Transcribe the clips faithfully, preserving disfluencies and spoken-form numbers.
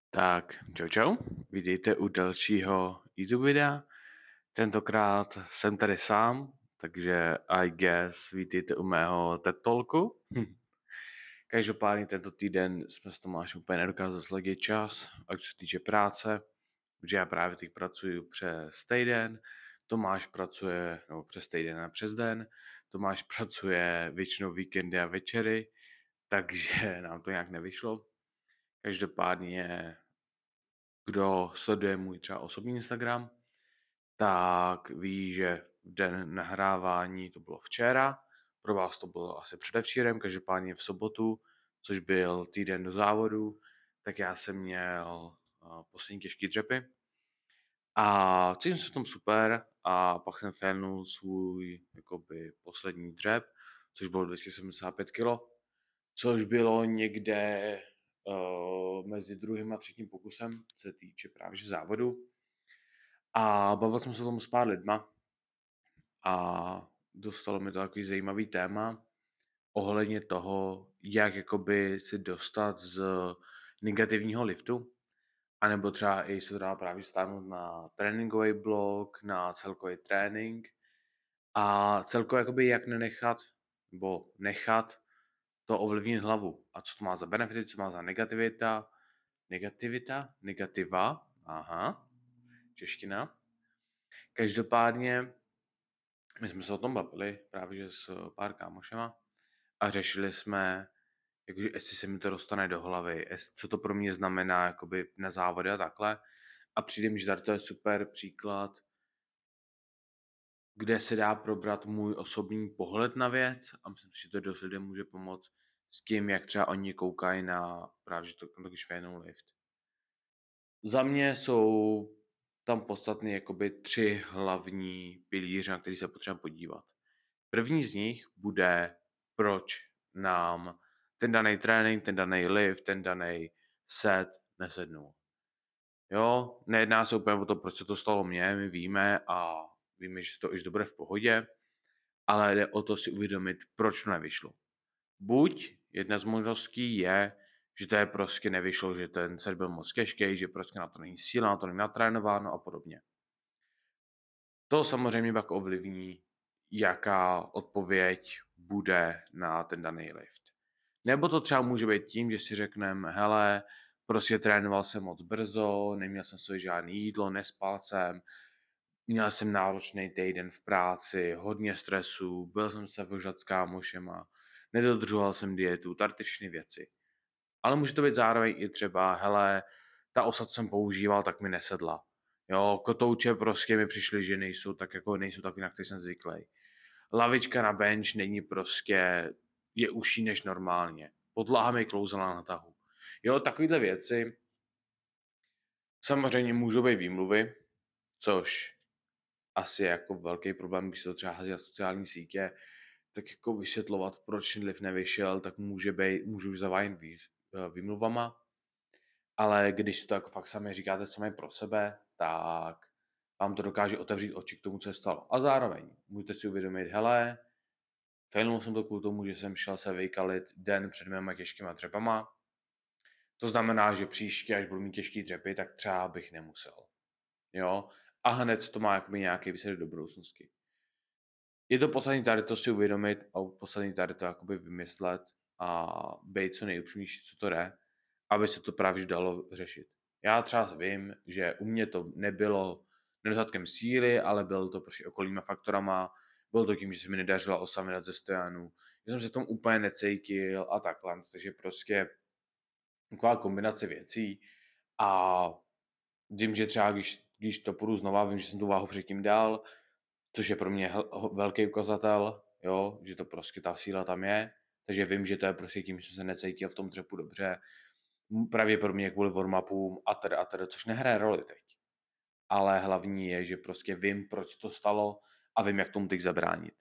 Tak, čau čau, vítejte u dalšího YouTube videa. Tentokrát jsem tady sám, takže I guess vítejte u mého TED Talku. Hm. Každopádně tento týden jsme s Tomášem úplně nedokázali sladit čas, ať se týče práce, protože já právě teď pracuji přes týden, Tomáš pracuje, nebo přes týden a přes den, Tomáš pracuje většinou víkendy a večery, takže nám to nějak nevyšlo. Každopádně kdo sleduje můj třeba osobní Instagram, tak ví, že v den nahrávání to bylo včera, pro vás to bylo asi předevčírem, každopádně v sobotu, což byl týden do závodu, tak já jsem měl uh, poslední těžký dřepy a cítím se v tom super a pak jsem fénul svůj jakoby poslední dřep, což bylo dvě stě sedmdesát pět kilo, což bylo někde uh, mezi druhým a třetím pokusem, co se týče právě že závodu. A bavil jsem se o tom s pár lidma a dostalo mi to takový zajímavý téma ohledně toho, jak jakoby si dostat z negativního liftu, anebo třeba i se to dá právě stáhnout na tréninkový blok, na celkový trénink a celkově jakoby jak nenechat, nebo nechat to ovlivnit hlavu a co to má za benefity, co má za negativita, negativita, negativa, aha, čeština. Každopádně my jsme se o tom bavili právě že s pár kámošema a řešili jsme, jakože jestli se mi to dostane do hlavy, jest, co to pro mě znamená jakoby na závody a takhle. A přijde mi, že tady to je super příklad, kde se dá probrat můj osobní pohled na věc a myslím si, že to dost lidem může pomoct s tím, jak třeba oni koukají na právě že to, to švénou lift. Za mě jsou tam podstatné jakoby tři hlavní pilíře, na který se potřeba podívat. První z nich bude, proč nám ten daný trénink, ten daný lift, ten daný set nesednul. Jo, nejedná se úplně o to, proč se to stalo mně, my víme a víme, že to už bude v pohodě, ale jde o to si uvědomit, proč to nevyšlo. Buď jedna z možností je, že to je prostě nevyšlo, že ten set byl moc těžký, že prostě na to není síla, na to není natrénováno a podobně. To samozřejmě pak ovlivní, jaká odpověď bude na ten daný lift. Nebo to třeba může být tím, že si řekneme, hele, prostě trénoval jsem moc brzo, neměl jsem svoje žádné jídlo, nespal jsem, měl jsem náročný týden v práci, hodně stresu, byl jsem se vyžat s kámošema, nedodržoval jsem dietu, tady ty všechny věci. Ale může to být zároveň i třeba, hele, ta osa, co jsem používal, tak mi nesedla. Jo, kotouče prostě mi přišly, že nejsou tak jako nejsou tak, na který jsem zvyklý. Lavička na bench není prostě, je užší než normálně. Podlaha mi klouzala na tahu. Jo, takovýhle věci samozřejmě můžou být výmluvy, což asi je jako velký problém, když se to třeba hází na sociální sítě, tak jako vysvětlovat, proč ten lift nevyšel, tak může být, můžu už zavájit vý, výmluvama, ale když to jako fakt sami říkáte sami pro sebe, tak vám to dokáže otevřít oči k tomu, co se stalo. A zároveň můžete si uvědomit, hele, failnul jsem to kvůli tomu, že jsem šel se vykalit den před mými těžkýma dřepama. To znamená, že příště, až budu mít těžký dřepy, tak třeba bych nemusel. Jo? A hned to má jakoby nějaký výsledek do budoucnosti. Je to poslední tady to si uvědomit a poslední tady to jakoby vymyslet a být co nejupřímnější, co to jde, aby se to právě dalo řešit. Já třeba vím, že u mě to nebylo nedostatkem síly, ale bylo to prostě okolníma faktorama, bylo to tím, že se mi nedařila osa vydat ze stojanu, že jsem se v tom úplně necítil a takhle, takže prostě taková kombinace věcí a vím, že třeba když, když to půjdu znova, vím, že jsem tu váhu předtím dal, což je pro mě hl- velký ukazatel, jo, že to prostě ta síla tam je, takže vím, že to je prostě tím, že jsem se necítil v tom dřepu dobře, pravděpodobně kvůli warm-upům a teda a teda, což nehraje roli teď. Ale hlavní je, že prostě vím, proč to stalo a vím, jak tomu teď zabránit.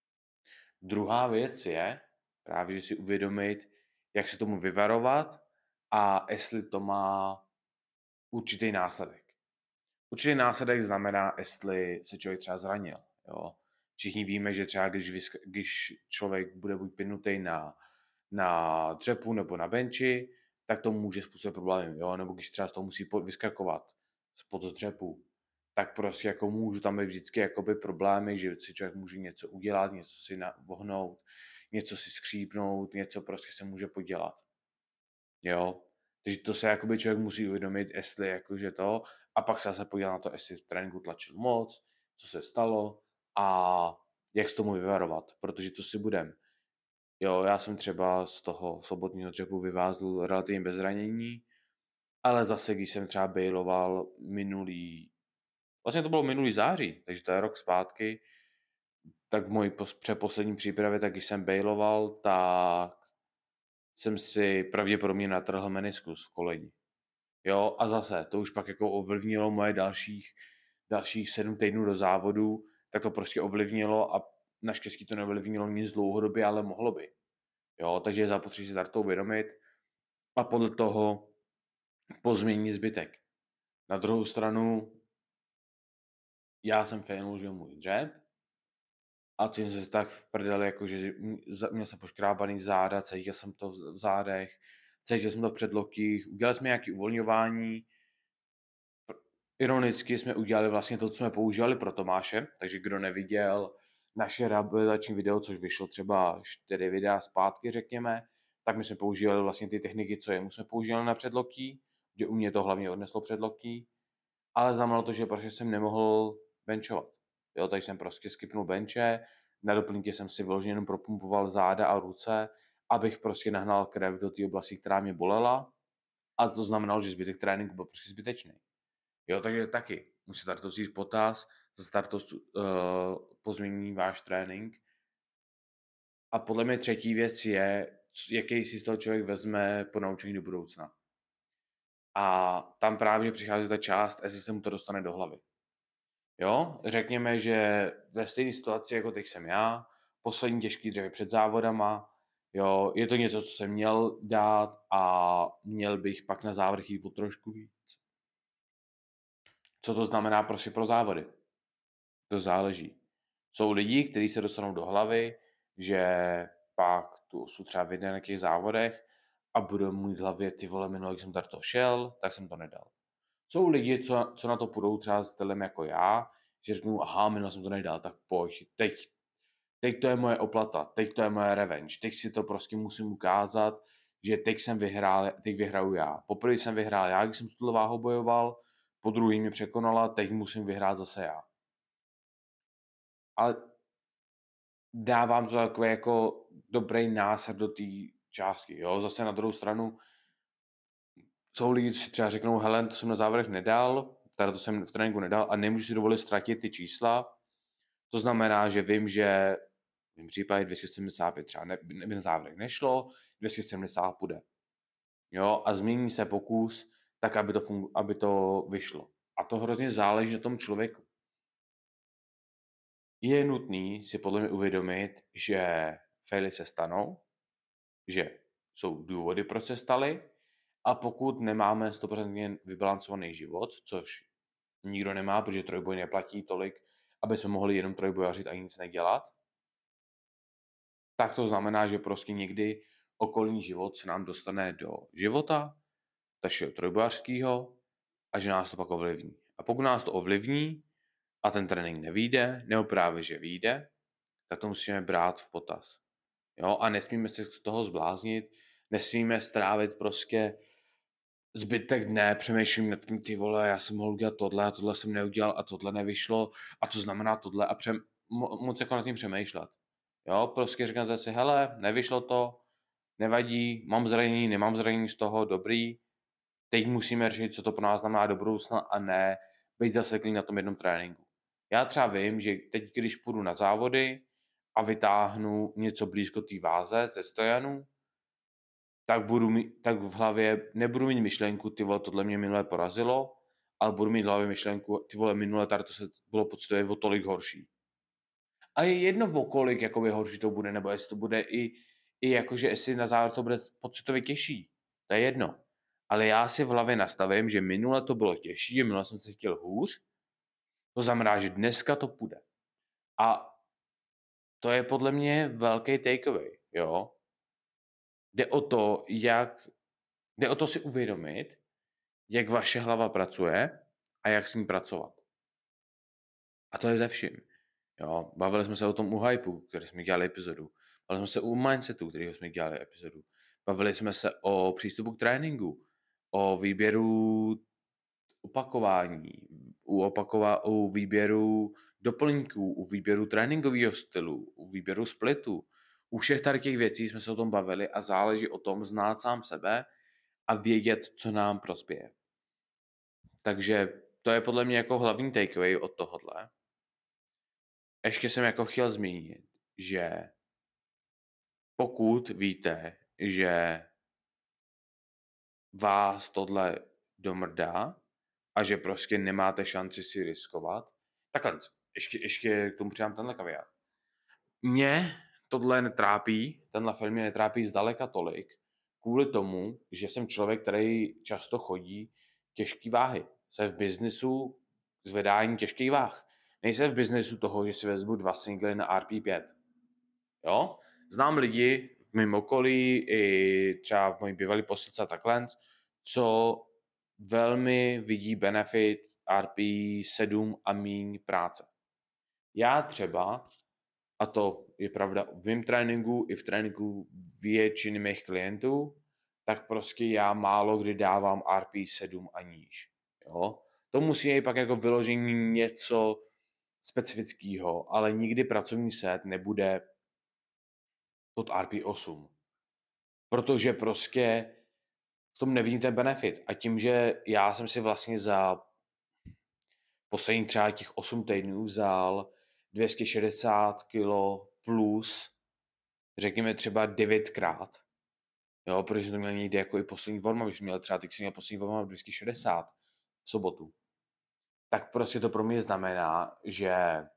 Druhá věc je právě, že si uvědomit, jak se tomu vyvarovat a jestli to má určitý následek. Určitý následek znamená, jestli se člověk třeba zranil. Jo. Všichni víme, že třeba když, vysk- když člověk bude buď pinutý na, na dřepu nebo na benči, tak to může způsobit problémy, jo, nebo když třeba z toho musí vyskakovat spod dřepu, tak prostě jako můžu tam být vždycky jakoby problémy, že si člověk může něco udělat, něco si vohnout, něco si skřípnout, něco prostě se může podělat. Jo, takže to se jakoby člověk musí uvědomit, jestli jakože to, a pak se zase podívat na to, jestli v tréninku tlačil moc, co se stalo a jak s tomu vyvarovat, protože to si budem. Jo, já jsem třeba z toho sobotního dřepu vyvázl relativně bez zranění, ale zase, když jsem třeba bailoval minulý, vlastně to bylo minulý září, takže to je rok zpátky, tak v mojí přeposlední přípravě, tak když jsem bailoval, tak jsem si pravděpodobně natrhl meniskus v koleni. Jo, a zase, to už pak jako ovlivnilo moje dalších, dalších sedm týdnů do závodu, tak to prostě ovlivnilo a naštěstí to neovlivnilo nic dlouhodobě, ale mohlo by. Jo, takže je zapotřebí si to uvědomit a podle toho pozměnit zbytek. Na druhou stranu, já jsem failnul, že můj dřep a cítím se tak v prdeli, jakože měl jsem poškrábaný záda, cítil jsem to v zádech, cítil jsem to v předlokích, udělali jsme nějaké uvolňování, ironicky jsme udělali vlastně to, co jsme používali pro Tomáše, takže kdo neviděl naše rehabilitační video, což vyšlo třeba čtyři videa zpátky, řekněme, tak my jsme používali vlastně ty techniky, co jemu jsme používali na předlokí, že u mě to hlavně odneslo předlokí, ale znamenalo to, že prostě jsem nemohl benchovat. Jo, takže jsem prostě skipnul benče, na doplňky jsem si vyloženě jenom propumpoval záda a ruce, abych prostě nahnal krev do té oblasti, která mě bolela, a to znamenalo, že zbytek tréninku byl prostě zbytečný. Jo, takže taky musíte to vzít v potaz, zase to uh, pozmění váš trénink. A podle mě třetí věc je, jaký si z toho člověk vezme po naučení do budoucna. A tam právě přichází ta část, jestli se mu to dostane do hlavy. Jo, řekněme, že ve stejné situaci, jako teď jsem já, poslední těžký dřevy před závodama, jo, je to něco, co jsem měl dát a měl bych pak na závrch jít o trošku víc. Co to znamená prostě pro závody? To záleží. Jsou lidi, kteří se dostanou do hlavy, že pak tu jsou třeba v nějakých závodech a budou mít v hlavě, ty vole, minulý jsem tady to šel, tak jsem to nedal. Jsou lidi, co, co na to půjdou třeba s stylem jako já, že řeknou, aha, minulý jsem to nedal, tak pojď, teď, teď to je moje oplata, teď to je moje revenge, teď si to prostě musím ukázat, že teď jsem vyhrál, teď vyhraju já. Poprvé jsem vyhrál já, když jsem tuto váhu bojoval, po druhý mě překonala, teď musím vyhrát zase já. Ale dávám to takové jako dobrý násad do té částky, jo. Zase na druhou stranu jsou lidi, co si třeba řeknou, hele, to jsem na závěrech nedal, tady to jsem v tréninku nedal a nemůžu si dovolit ztratit ty čísla. To znamená, že vím, že v mém případě dvě stě sedmdesát pět třeba ne, ne, na závěrech nešlo, dvě stě sedmdesát půjde. Jo, a změní se pokus tak, aby to, fungu, aby to vyšlo. A to hrozně záleží na tom člověku. Je nutný si podle mě uvědomit, že faily se stanou, že jsou důvody, proč se staly, a pokud nemáme sto procent vybalancovaný život, což nikdo nemá, protože trojboj neplatí tolik, aby jsme mohli jenom trojbojařit a nic nedělat, tak to znamená, že prostě někdy okolní život se nám dostane do života, našeho trojbojařského, a že nás to pak ovlivní. A pokud nás to ovlivní a ten trénink nevyjde, nebo právě, že vyjde, tak to musíme brát v potaz. Jo? A nesmíme se z toho zbláznit, nesmíme strávit prostě zbytek dne, přemýšlím nad tím, ty vole, já jsem mohl udělat tohle a tohle jsem neudělal a tohle nevyšlo a to znamená tohle a přem, mo, moc jako nad tím přemýšlet. Jo, prostě říkáte si, hele, nevyšlo to, nevadí, mám zranění, nemám zranění z toho, dobrý, teď musíme řešit, co to pro nás znamená do budoucna a ne být zaseklý na tom jednom tréninku. Já třeba vím, že teď, když půjdu na závody a vytáhnu něco blízko té váze ze stojanu, tak, budu mít, tak v hlavě nebudu mít myšlenku, ty vole, tohle mě minule porazilo, ale budu mít v hlavě myšlenku, ty vole, minule tady to se bylo pocitově o tolik horší. A je jedno, o kolik jakoby horší to bude, nebo jestli to bude i, i jakože jestli na závěr to bude pocitově těžší. To je jedno. Ale já si v hlavě nastavím, že minule to bylo těžší, že minule jsem se chtěl hůř, to znamená, že dneska to půjde. A to je podle mě velký takeaway, jo. Jde o to, jak Jde o to si uvědomit, jak vaše hlava pracuje a jak s ní pracovat. A to je ze vším. Jo, bavili jsme se o tom u hypeu, který jsme dělali epizodu. Bavili jsme se u mindsetu, kterýho jsme dělali epizodu. Bavili jsme se o přístupu k tréninku, o výběru opakování, u, opakova- u výběru doplňků, u výběru tréninkového stylu, u výběru splitu. U všech tady těch věcí jsme se o tom bavili a záleží o tom znát sám sebe a vědět, co nám prospěje. Takže to je podle mě jako hlavní takeaway od tohohle. Ještě jsem jako chtěl zmínit, že pokud víte, že vás tohle domrdá a že prostě nemáte šanci si riskovat, takhle, ještě, ještě k tomu přidám tenhle kaviár. Mě tohle netrápí, tenhle film mě netrápí zdaleka tolik, kvůli tomu, že jsem člověk, který často chodí těžký váhy. Jsem v biznisu zvedání těžkých váh. Nejsem v biznesu toho, že si vezmu dva singly na R P pět. Jo? Znám lidi v mém okolí, i třeba v mojí bývalý posledce a takhle, co velmi vidí benefit R P sedm a míň práce. Já třeba, a to je pravda v mém tréninku i v tréninku většiny mých klientů, tak prostě já málo kdy dávám R P sedm a níž. Jo? To musí být pak jako vyložení něco specifického, ale nikdy pracovní set nebude pod R P osm. Protože prostě v tom nevidím ten benefit. A tím, že já jsem si vlastně za poslední třeba těch osm týdnů vzal dvě stě šedesát kilo plus, řekněme třeba devětkrát. Jo, protože jsem to měl někdy jako i poslední forma, když jsem měl třeba, teď jsem měl poslední forma dvě stě šedesát v sobotu. Tak prostě to pro mě znamená, že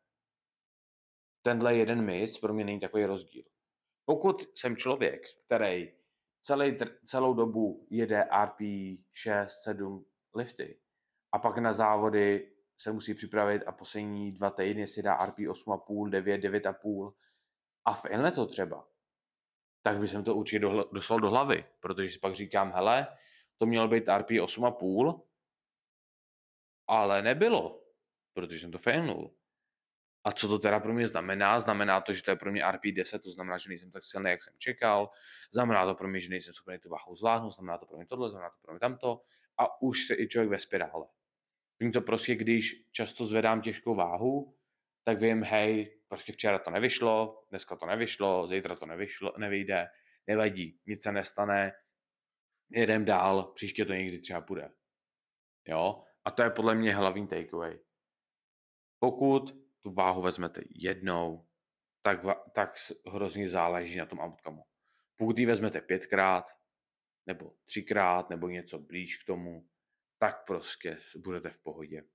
tenhle jeden mis pro mě není takový rozdíl. Pokud jsem člověk, který celý, celou dobu jede R P šest sedm lifty a pak na závody se musí připravit a poslední dva týdny si dá R P osm a půl, devět, devět a půl a v to třeba, tak bych to určitě dostal do hlavy, protože si pak říkám, hele, to mělo být R P osm a půl, ale nebylo, protože jsem to failnul. A co to teda pro mě znamená? Znamená to, že to je pro mě R P deset, to znamená, že nejsem tak silný, jak jsem čekal. Znamená to pro mě, že nejsem schopný tu váhu zvládnout, znamená to pro mě tohle, znamená to pro mě tamto. A už se i člověk ve spirále. Vím to prostě, když často zvedám těžkou váhu, tak vím, hej, prostě včera to nevyšlo, dneska to nevyšlo, zítra to nevyšlo, nevyjde, nevadí, nic se nestane, jedem dál, příště to někdy třeba bude. Jo? A to je podle mě hlavní takeaway. Pokud tu váhu vezmete jednou, tak, tak hrozně záleží na tom outcomeu. Pokud ji vezmete pětkrát, nebo třikrát, nebo něco blíž k tomu, tak prostě budete v pohodě.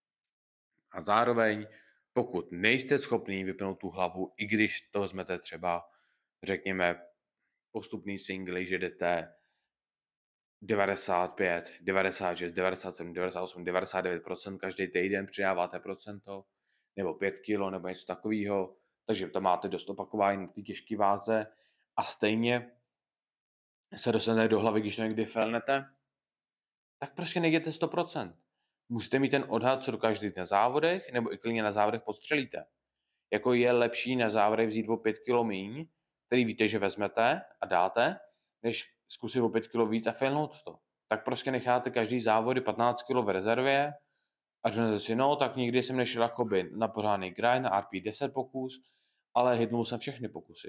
A zároveň, pokud nejste schopný vypnout tu hlavu, i když to vezmete třeba, řekněme, postupný singly, že jdete devadesát pět, devadesát šest, devadesát sedm, devadesát osm, devadesát devět procent každý týden přidáváte procento, nebo pět kilo, nebo něco takového, takže to máte dost opakování na té těžké váze a stejně se dostanete do hlavy, když to někdy failnete, tak prostě nejděte sto procent. Musíte mít ten odhad, co dokážete na závodech, nebo i klidně na závodech podstřelíte. Jako je lepší na závodech vzít o pět kilo míň, který víte, že vezmete a dáte, než zkusit o pět kilo víc a failnout to. Tak prostě necháte každý závody patnáct kilo v rezervě a řeknete si, no tak nikdy jsem nešel jakoby na pořádný grind, na R P deset pokus, ale hitnul jsem všechny pokusy.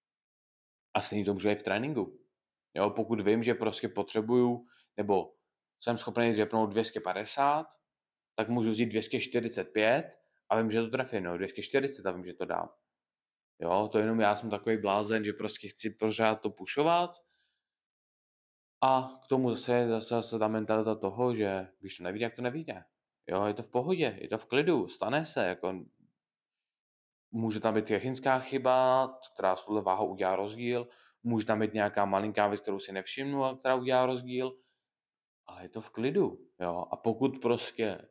A stejně to může i v tréninku. Jo, pokud vím, že prostě potřebuju, nebo jsem schopný dřepnout dvě stě padesát, tak můžu vzít dvě stě čtyřicet pět a vím, že to trefím, no dvě stě čtyřicet a vím, že to dám. Jo, to jenom já jsem takový blázen, že prostě chci pořád to pušovat a k tomu zase, zase, zase ta mentalita toho, že když to nevíde, jak to nevíde. Jo, je to v pohodě, je to v klidu, stane se, jako může tam být technická chyba, která s touhle váhou udělá rozdíl, může tam být nějaká malinká věc, kterou si nevšimnu a která udělá rozdíl, ale je to v klidu, jo, a pokud prostě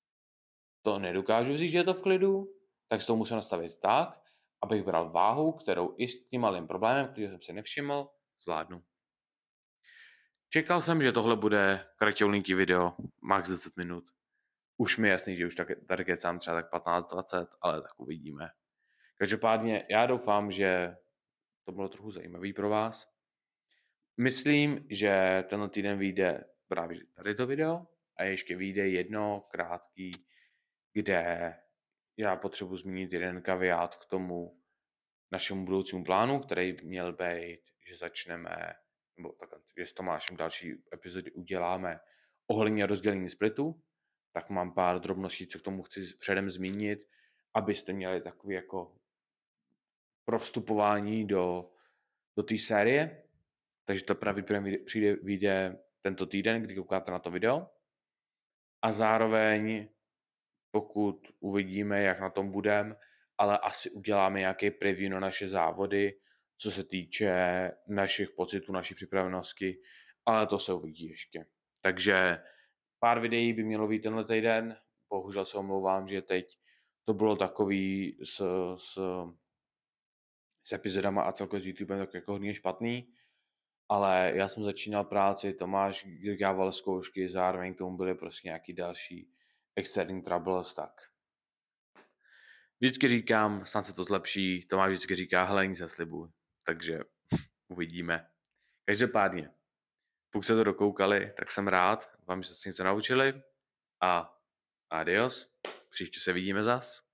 to nedokážu říct, že je to v klidu, tak se to musím nastavit tak, abych bral váhu, kterou i s tím malým problémem, který jsem si nevšiml, zvládnu. Čekal jsem, že tohle bude kratoulinký video, max deset minut. Už mi je jasný, že už tak, tady kecám třeba tak patnáct dvacet, ale tak uvidíme. Každopádně já doufám, že to bylo trochu zajímavý pro vás. Myslím, že tenhle týden vyjde právě tady to video a ještě vyjde jedno krátký, kde já potřebuji zmínit jeden kaviát k tomu našemu budoucímu plánu, který by měl být, že začneme, nebo tak, že s Tomášem další epizody uděláme ohledně rozdělení splitu, tak mám pár drobností, co k tomu chci předem zmínit, abyste měli takový jako pro vstupování do, do té série. Takže to pravděpodobně přijde, vyjde tento týden, kdy koukáte na to video. A zároveň, pokud uvidíme, jak na tom budeme, ale asi uděláme nějaký preview na naše závody, co se týče našich pocitů, naší připravenosti, ale to se uvidí ještě. Takže pár videí by mělo být tenhle týden, bohužel se omlouvám, že teď to bylo takový s, s, s epizodama a celkově s YouTubem tak jako hodně špatný, ale já jsem začínal práci, Tomáš dělával zkoušky, zároveň k tomu byly prostě nějaký další externí troubles, tak vždycky říkám, snad se to zlepší, Tomáš vždycky říká, hele, nic neslibuj, takže uvidíme. Každopádně, pokud jste to dokoukali, tak jsem rád, vám, že jste se něco naučili a adios, příště se vidíme zas.